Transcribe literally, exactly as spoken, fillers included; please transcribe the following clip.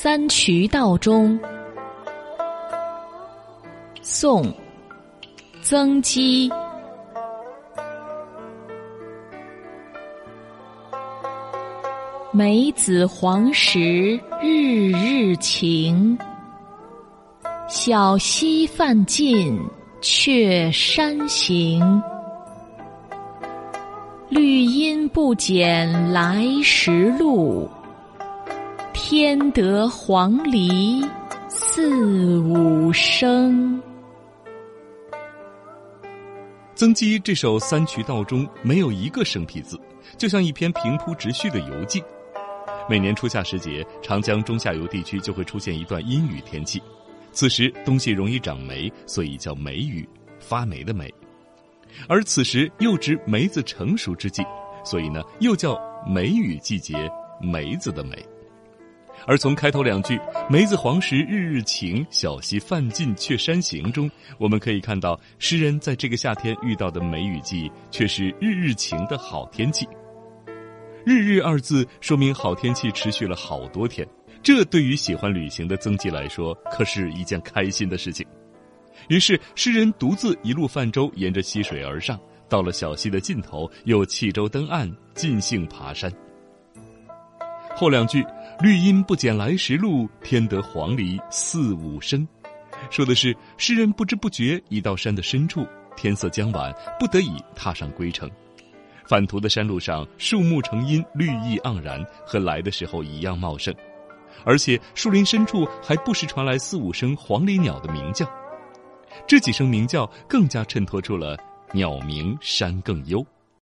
三衢道中。宋·曾几。梅子黄时日日晴，小溪泛尽却山行。绿阴不减来时路，添得黄鹂四五声。 曾几这首三衢道中没有一个生僻字，就像一篇平铺直叙的游记。每年初夏时节，长江中下游地区就会出现一段阴雨天气，此时东西容易长梅，所以叫梅雨，发霉的霉。而此时又值梅子成熟之际，所以呢又叫梅雨季节，梅子的梅。而从开头两句梅子黄时日日晴，小溪泛尽却山行中，我们可以看到诗人在这个夏天遇到的梅雨季却是日日晴的好天气。日日二字说明好天气持续了好多天，这对于喜欢旅行的曾几来说可是一件开心的事情。于是诗人独自一路泛舟，沿着溪水而上，到了小溪的尽头，又弃舟登岸，尽兴爬山。后两句绿阴不减来时路，添得黄鹂四五声，说的是诗人不知不觉已到山的深处，天色将晚，不得已踏上归程。返途的山路上，树木成荫，绿意盎然，和来的时候一样茂盛，而且树林深处还不时传来四五声黄鹂鸟的鸣叫。这几声鸣叫更加衬托出了鸟鸣山更幽。